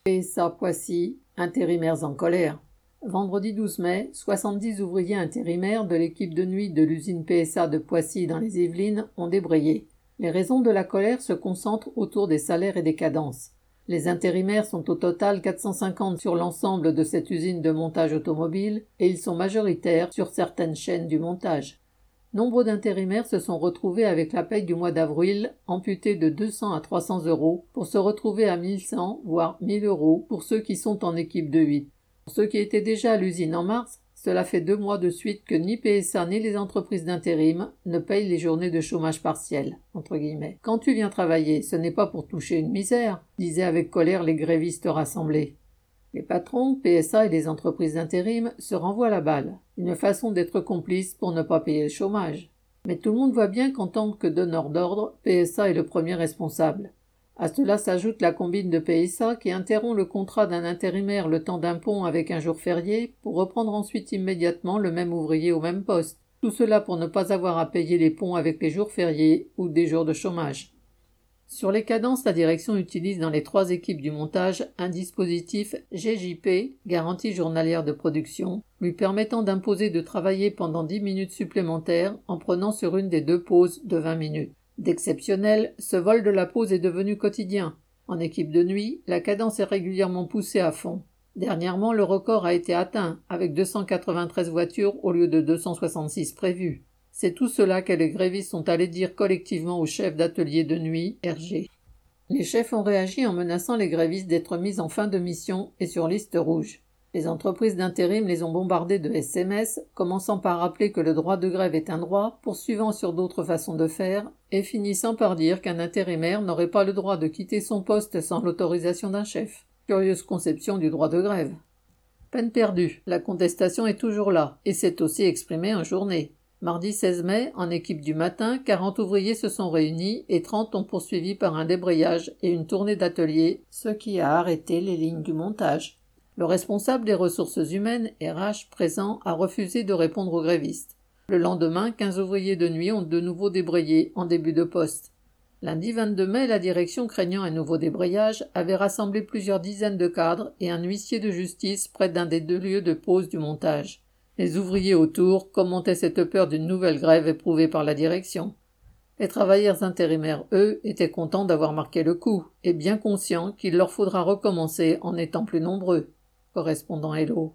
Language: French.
PSA Poissy, intérimaires en colère. Vendredi 12 mai, 70 ouvriers intérimaires de l'équipe de nuit de l'usine PSA de Poissy dans les Yvelines ont débrayé. Les raisons de la colère se concentrent autour des salaires et des cadences. Les intérimaires sont au total 450 sur l'ensemble de cette usine de montage automobile et ils sont majoritaires sur certaines chaînes du montage. Nombre d'intérimaires se sont retrouvés avec la paye du mois d'avril amputée de 200 à 300 euros pour se retrouver à 1100 voire 1000 euros pour ceux qui sont en équipe de 8. Pour ceux qui étaient déjà à l'usine en mars, cela fait 2 mois de suite que ni PSA ni les entreprises d'intérim ne payent les journées de chômage partiel, entre guillemets. Quand tu viens travailler, ce n'est pas pour toucher une misère, disaient avec colère les grévistes rassemblés. Les patrons, PSA et les entreprises d'intérim se renvoient la balle, une façon d'être complice pour ne pas payer le chômage. Mais tout le monde voit bien qu'en tant que donneur d'ordre, PSA est le premier responsable. À cela s'ajoute la combine de PSA qui interrompt le contrat d'un intérimaire le temps d'un pont avec un jour férié pour reprendre ensuite immédiatement le même ouvrier au même poste. Tout cela pour ne pas avoir à payer les ponts avec les jours fériés ou des jours de chômage. Sur les cadences, la direction utilise dans les 3 équipes du montage un dispositif GJP, garantie journalière de production, lui permettant d'imposer de travailler pendant 10 minutes supplémentaires en prenant sur une des 2 pauses de 20 minutes. D'exceptionnel, ce vol de la pause est devenu quotidien. En équipe de nuit, la cadence est régulièrement poussée à fond. Dernièrement, le record a été atteint, avec 293 voitures au lieu de 266 prévues. C'est tout cela que les grévistes sont allés dire collectivement au chef d'atelier de nuit, RG. Les chefs ont réagi en menaçant les grévistes d'être mis en fin de mission et sur liste rouge. Les entreprises d'intérim les ont bombardés de SMS, commençant par rappeler que le droit de grève est un droit, poursuivant sur d'autres façons de faire, et finissant par dire qu'un intérimaire n'aurait pas le droit de quitter son poste sans l'autorisation d'un chef. Curieuse conception du droit de grève. Peine perdue, la contestation est toujours là, et s'est aussi exprimée en journée. Mardi 16 mai, en équipe du matin, 40 ouvriers se sont réunis et 30 ont poursuivi par un débrayage et une tournée d'atelier, ce qui a arrêté les lignes du montage. Le responsable des ressources humaines, RH, présent, a refusé de répondre aux grévistes. Le lendemain, 15 ouvriers de nuit ont de nouveau débrayé en début de poste. Lundi 22 mai, la direction, craignant un nouveau débrayage, avait rassemblé plusieurs dizaines de cadres et un huissier de justice près d'un des 2 lieux de pause du montage. Les ouvriers autour commentaient cette peur d'une nouvelle grève éprouvée par la direction. Les travailleurs intérimaires, eux, étaient contents d'avoir marqué le coup, et bien conscients qu'il leur faudra recommencer en étant plus nombreux. Correspondant Hello.